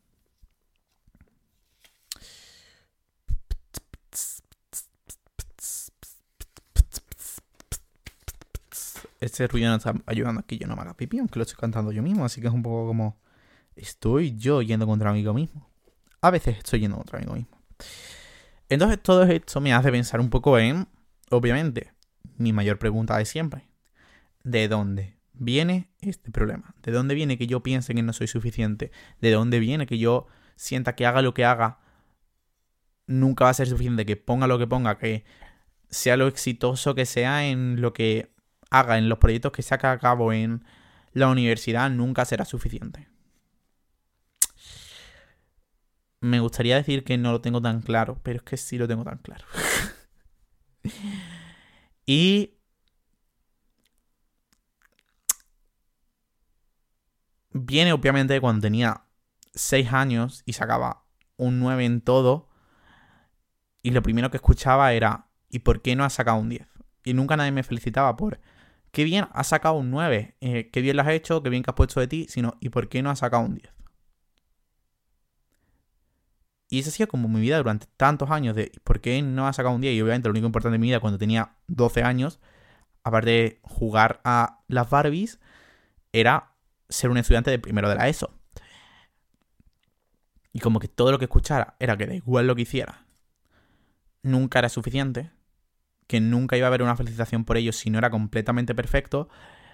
Este ruido no está ayudando a que yo no me haga pipí, aunque lo estoy cantando yo mismo. Así que es un poco como... Estoy yo yendo contra mí mismo. A veces estoy yendo contra mí mismo. Entonces todo esto me hace pensar un poco en... Obviamente, mi mayor pregunta de siempre. ¿De dónde viene este problema? ¿De dónde viene que yo piense que no soy suficiente? ¿De dónde viene que yo sienta que haga lo que haga nunca va a ser suficiente? Que ponga lo que ponga, que sea lo exitoso que sea en lo que haga, en los proyectos que saque a cabo en la universidad, nunca será suficiente. Me gustaría decir que no lo tengo tan claro, pero es que sí lo tengo tan claro. Y... viene obviamente cuando tenía seis años y sacaba un nueve en todo. Y lo primero que escuchaba era, ¿y por qué no has sacado un diez? Y nunca nadie me felicitaba por, qué bien has sacado un nueve, eh, qué bien lo has hecho, qué bien que has puesto de ti, sino, ¿y por qué no has sacado un diez? Y eso ha sido como mi vida durante tantos años de, ¿por qué no has sacado un diez? Y obviamente lo único importante de mi vida cuando tenía doce años, aparte de jugar a las Barbies, era ser un estudiante de primero de la ESO. Y como que todo lo que escuchara era que da igual lo que hiciera, nunca era suficiente, que nunca iba a haber una felicitación por ello si no era completamente perfecto,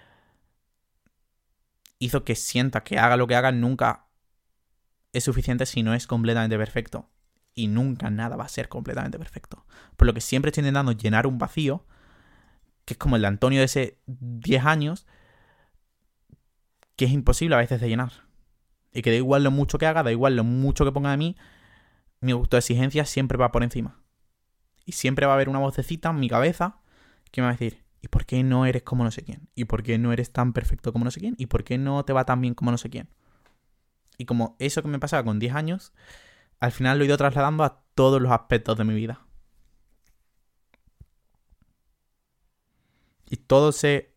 hizo que sienta que haga lo que haga nunca es suficiente si no es completamente perfecto. Y nunca nada va a ser completamente perfecto. Por lo que siempre estoy intentando llenar un vacío, que es como el de Antonio de ese diez años, que es imposible a veces de llenar. Y que da igual lo mucho que haga, da igual lo mucho que ponga de mí, mi autoexigencia siempre va por encima. Y siempre va a haber una vocecita en mi cabeza que me va a decir, ¿y por qué no eres como no sé quién? ¿Y por qué no eres tan perfecto como no sé quién? ¿Y por qué no te va tan bien como no sé quién? Y como eso que me pasaba con diez años, al final lo he ido trasladando a todos los aspectos de mi vida. Y todo se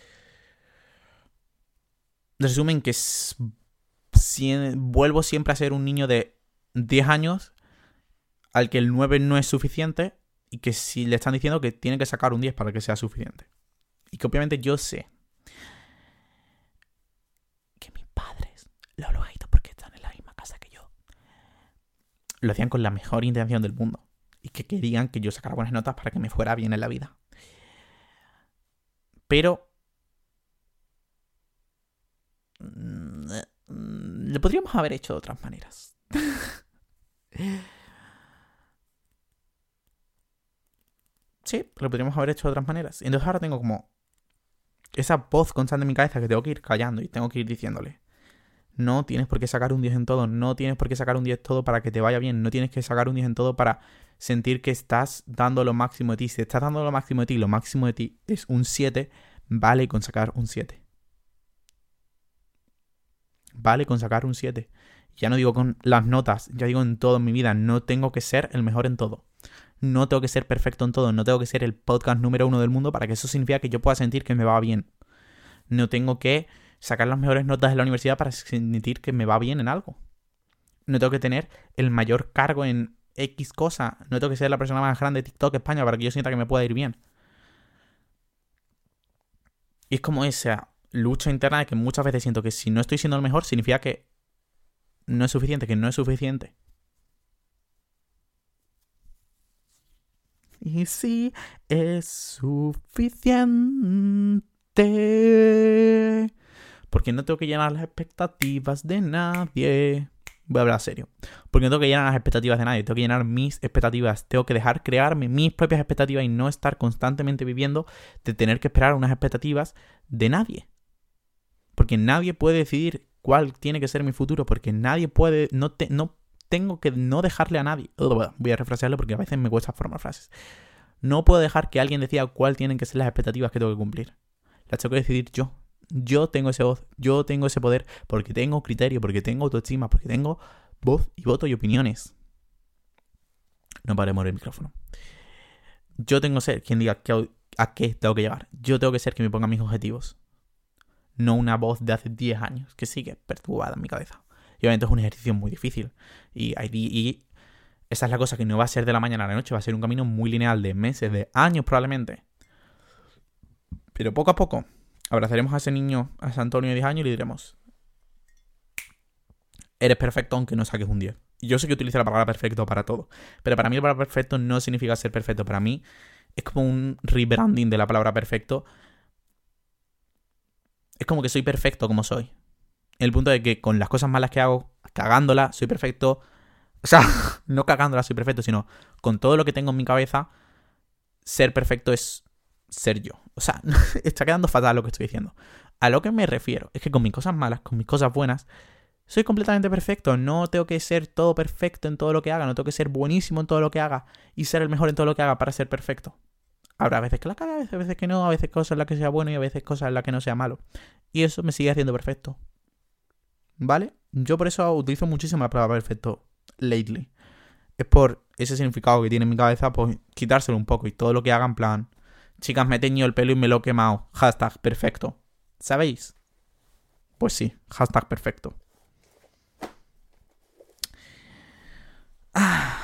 resume en que s- si, vuelvo siempre a ser un niño de diez años al que el nueve no es suficiente y que si le están diciendo que tiene que sacar un diez para que sea suficiente. Y que obviamente yo sé que mis padres, los lojitos porque están en la misma casa que yo, lo hacían con la mejor intención del mundo y que querían que yo sacara buenas notas para que me fuera bien en la vida. Pero lo podríamos haber hecho de otras maneras. sí, lo podríamos haber hecho de otras maneras. Y entonces ahora tengo como esa voz constante en mi cabeza que tengo que ir callando y tengo que ir diciéndole: no tienes por qué sacar un diez en todo, no tienes por qué sacar un diez en todo para que te vaya bien, no tienes que sacar un diez en todo para sentir que estás dando lo máximo de ti. Si estás dando lo máximo de ti, lo máximo de ti es un siete, vale con sacar un siete. Vale con sacar un siete. Ya no digo con las notas, ya digo en todo en mi vida. No tengo que ser el mejor en todo. No tengo que ser perfecto en todo. No tengo que ser el podcast número uno del mundo para que eso signifique que yo pueda sentir que me va bien. No tengo que sacar las mejores notas de la universidad para sentir que me va bien en algo. No tengo que tener el mayor cargo en X cosa. No tengo que ser la persona más grande de TikTok España para que yo sienta que me pueda ir bien. Y es como esa lucha interna de que muchas veces siento que si no estoy siendo el mejor significa que no es suficiente, que no es suficiente. Y sí, es suficiente. Porque no tengo que llenar las expectativas de nadie. Voy a hablar serio. Porque no tengo que llenar las expectativas de nadie. Tengo que llenar mis expectativas. Tengo que dejar crearme mis propias expectativas y no estar constantemente viviendo de tener que esperar unas expectativas de nadie. Porque nadie puede decidir cuál tiene que ser mi futuro. Porque nadie puede... No, te, no tengo que no dejarle a nadie... Voy a refrasearlo porque a veces me cuesta formar frases. No puedo dejar que alguien decida cuál tienen que ser las expectativas que tengo que cumplir. Las tengo que decidir yo. Yo tengo ese voz, yo tengo ese poder, porque tengo criterio, porque tengo autoestima, porque tengo voz y voto y opiniones. No paremos el micrófono. Yo tengo que ser quien diga que, a qué tengo que llegar. Yo tengo que ser quien me ponga mis objetivos. No una voz de hace diez años que sigue perturbada en mi cabeza. Y obviamente es un ejercicio muy difícil. Y, y esa es la cosa que no va a ser de la mañana a la noche, va a ser un camino muy lineal de meses, de años probablemente. Pero poco a poco abrazaremos a ese niño, a ese Antonio de diez años y le diremos: eres perfecto aunque no saques un diez. Y yo sé que utilizo la palabra perfecto para todo, pero para mí la palabra perfecto no significa ser perfecto. Para mí es como un rebranding de la palabra perfecto. Es como que soy perfecto como soy. En el punto de que con las cosas malas que hago, cagándola, soy perfecto. O sea, no cagándola soy perfecto, sino con todo lo que tengo en mi cabeza, ser perfecto es ser yo. O sea, está quedando fatal lo que estoy diciendo. A lo que me refiero es que con mis cosas malas, con mis cosas buenas, soy completamente perfecto. No tengo que ser todo perfecto en todo lo que haga. No tengo que ser buenísimo en todo lo que haga y ser el mejor en todo lo que haga para ser perfecto. Habrá veces que la caga, a veces, veces que no, a veces cosas en las que sea bueno y a veces cosas en las que no sea malo. Y eso me sigue haciendo perfecto. ¿Vale? Yo por eso utilizo muchísimo la palabra perfecto lately. Es por ese significado que tiene en mi cabeza, pues quitárselo un poco y todo lo que haga en plan: chicas, me he teñido el pelo y me lo he quemado. Hashtag perfecto. ¿Sabéis? Pues sí, hashtag perfecto. Ah.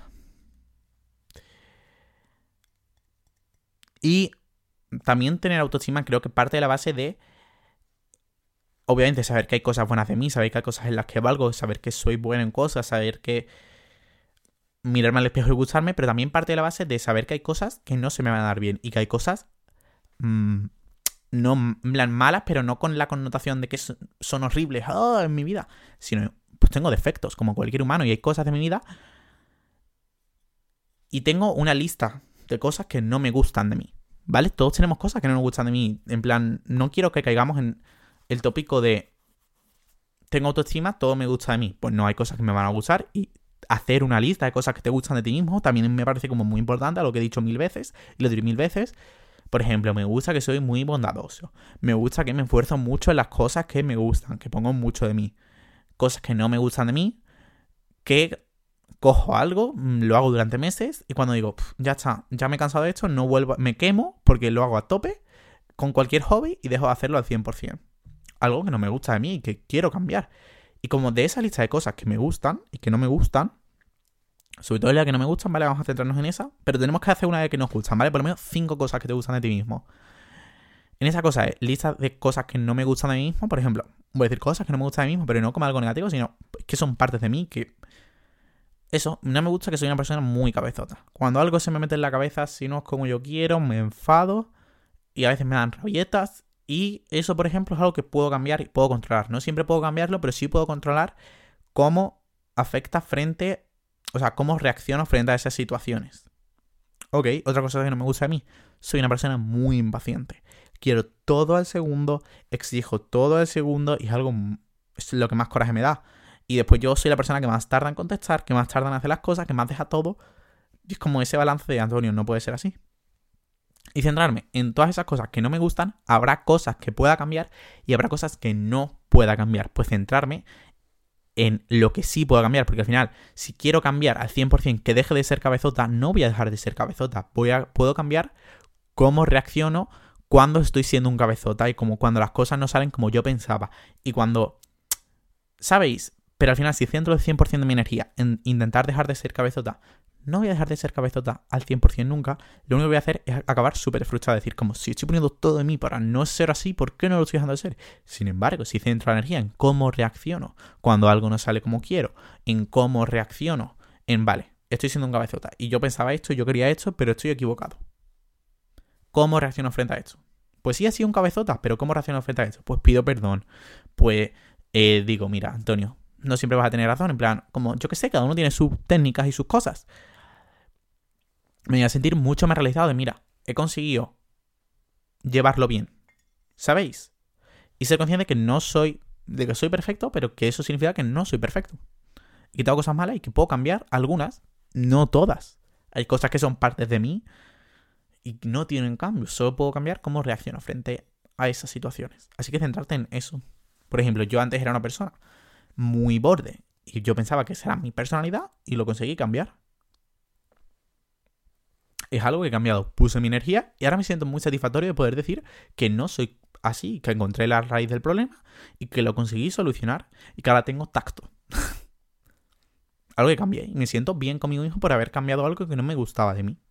Y también tener autoestima creo que parte de la base de, obviamente, saber que hay cosas buenas de mí, saber que hay cosas en las que valgo, saber que soy bueno en cosas, saber que mirarme al espejo y gustarme, pero también parte de la base de saber que hay cosas que no se me van a dar bien y que hay cosas mmm, no malas, pero no con la connotación de que son horribles oh, en mi vida, sino pues tengo defectos como cualquier humano y hay cosas de mi vida y tengo una lista de cosas que no me gustan de mí, ¿vale? Todos tenemos cosas que no nos gustan de mí. En plan, no quiero que caigamos en el tópico de tengo autoestima, todo me gusta de mí. Pues no, hay cosas que me van a gustar y hacer una lista de cosas que te gustan de ti mismo también me parece como muy importante, a lo que he dicho mil veces y lo diré mil veces. Por ejemplo, me gusta que soy muy bondadoso. Me gusta que me esfuerzo mucho en las cosas que me gustan, que pongo mucho de mí. Cosas que no me gustan de mí, que cojo algo, lo hago durante meses y cuando digo, ya está, ya me he cansado de esto, no vuelvo, me quemo porque lo hago a tope con cualquier hobby y dejo de hacerlo al cien por ciento. Algo que no me gusta de mí y que quiero cambiar. Y como de esa lista de cosas que me gustan y que no me gustan, sobre todo la que no me gustan, ¿vale? Vamos a centrarnos en esa, pero tenemos que hacer una de que nos gustan, ¿vale? Por lo menos cinco cosas que te gustan de ti mismo. En esa cosa, ¿eh? Lista de cosas que no me gustan de mí mismo, por ejemplo, voy a decir cosas que no me gustan de mí mismo, pero no como algo negativo, sino que son partes de mí que... Eso, no me gusta que soy una persona muy cabezota. Cuando algo se me mete en la cabeza, si no es como yo quiero, me enfado y a veces me dan rabietas. Y eso, por ejemplo, es algo que puedo cambiar y puedo controlar. No siempre puedo cambiarlo, pero sí puedo controlar cómo afecta frente... O sea, cómo reacciono frente a esas situaciones. Ok, otra cosa que no me gusta de mí. Soy una persona muy impaciente. Quiero todo al segundo, exijo todo al segundo y es algo... es lo que más coraje me da. Y después yo soy la persona que más tarda en contestar, que más tarda en hacer las cosas, que más deja todo. Y es como ese balance de Antonio, no puede ser así. Y centrarme en todas esas cosas que no me gustan, habrá cosas que pueda cambiar y habrá cosas que no pueda cambiar. Pues centrarme en lo que sí pueda cambiar, porque al final, si quiero cambiar al cien por ciento que deje de ser cabezota, no voy a dejar de ser cabezota. Voy a, puedo cambiar cómo reacciono cuando estoy siendo un cabezota y como cuando las cosas no salen como yo pensaba. Y cuando... ¿Sabéis? Pero al final, si centro el cien por ciento de mi energía en intentar dejar de ser cabezota, no voy a dejar de ser cabezota al cien por ciento nunca. Lo único que voy a hacer es acabar súper frustrado. Decir, como si estoy poniendo todo de mí para no ser así, ¿por qué no lo estoy dejando de ser? Sin embargo, si centro la energía en cómo reacciono cuando algo no sale como quiero, en cómo reacciono, en vale, estoy siendo un cabezota y yo pensaba esto, yo quería esto, pero estoy equivocado. ¿Cómo reacciono frente a esto? Pues sí, ha sido un cabezota, pero ¿cómo reacciono frente a esto? Pues pido perdón. Pues eh, digo, mira, Antonio, no siempre vas a tener razón. En plan, como yo que sé, cada uno tiene sus técnicas y sus cosas. Me voy a sentir mucho más realizado de, mira, he conseguido llevarlo bien. ¿Sabéis? Y ser consciente de que no soy, de que soy perfecto, pero que eso significa que no soy perfecto. Y que tengo cosas malas y que puedo cambiar algunas, no todas. Hay cosas que son partes de mí y no tienen cambio. Solo puedo cambiar cómo reacciono frente a esas situaciones. Así que centrarte en eso. Por ejemplo, yo antes era una persona muy borde y yo pensaba que esa era mi personalidad y lo conseguí cambiar. Es algo que he cambiado. Puse mi energía y ahora me siento muy satisfactorio de poder decir que no soy así, que encontré la raíz del problema y que lo conseguí solucionar y que ahora tengo tacto. Algo que cambié y me siento bien conmigo mismo por haber cambiado algo que no me gustaba de mí.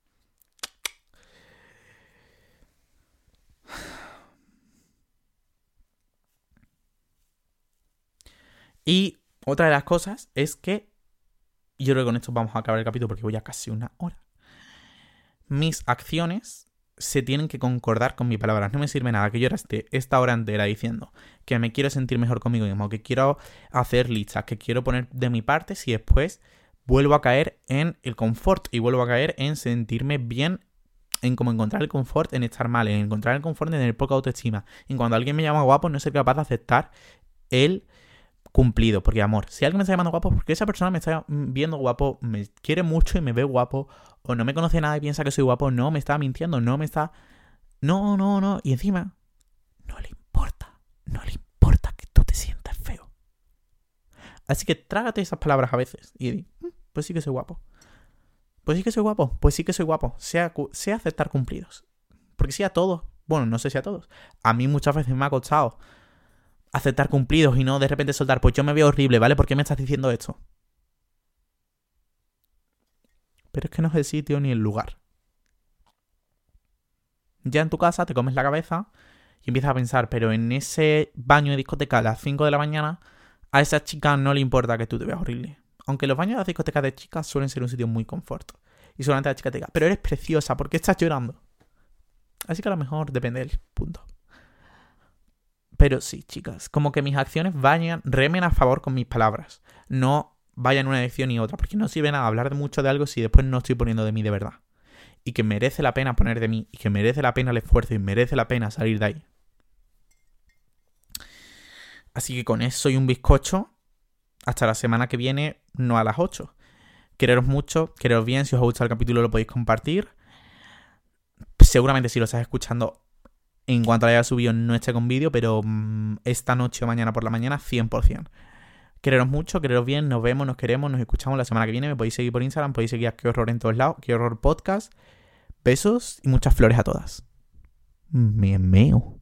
Y otra de las cosas es que, y yo creo que con esto vamos a acabar el capítulo porque voy a casi una hora, mis acciones se tienen que concordar con mis palabras. No me sirve nada que yo esté esta hora entera diciendo que me quiero sentir mejor conmigo mismo, que quiero hacer listas, que quiero poner de mi parte, si después vuelvo a caer en el confort y vuelvo a caer en sentirme bien, en cómo encontrar el confort en estar mal, en encontrar el confort en tener poca autoestima. Y cuando alguien me llama guapo, no ser capaz de aceptar el cumplido. Porque, amor, si alguien me está llamando guapo, porque esa persona me está viendo guapo, me quiere mucho y me ve guapo, o no me conoce nada y piensa que soy guapo, no me está mintiendo, no me está... No, no, no. Y encima, no le importa, no le importa que tú te sientas feo. Así que trágate esas palabras a veces y di, pues sí que soy guapo. Pues sí que soy guapo, pues sí que soy guapo. Sea, sea aceptar cumplidos. Porque sí a todos, bueno, no sé si a todos. A mí muchas veces me ha costado aceptar cumplidos y no de repente soltar, pues yo me veo horrible, ¿vale? ¿Por qué me estás diciendo esto? Pero es que no es el sitio ni el lugar. Ya en tu casa te comes la cabeza y empiezas a pensar, pero en ese baño de discoteca a las cinco de la mañana, a esa chica no le importa que tú te veas horrible. Aunque los baños de las discotecas de chicas suelen ser un sitio muy confort. Y solamente la chica te diga, pero eres preciosa, ¿por qué estás llorando? Así que a lo mejor depende del punto. Pero sí, chicas, como que mis acciones vayan, remen a favor con mis palabras. No vayan una dirección y otra, porque no sirve nada hablar de mucho de algo si después no estoy poniendo de mí de verdad. Y que merece la pena poner de mí, y que merece la pena el esfuerzo, y merece la pena salir de ahí. Así que con eso soy un bizcocho. Hasta la semana que viene, no a las ocho. Quereros mucho, quereros bien. Si os ha gustado el capítulo lo podéis compartir. Seguramente si lo estás escuchando en cuanto lo haya subido no esté con vídeo, pero mmm, esta noche o mañana por la mañana cien por ciento. Quereros mucho, quereros bien, nos vemos, nos queremos, nos escuchamos la semana que viene. Me podéis seguir por Instagram, podéis seguir a Qué Horror en todos lados, Qué Horror Podcast. Besos y muchas flores a todas. Me meo.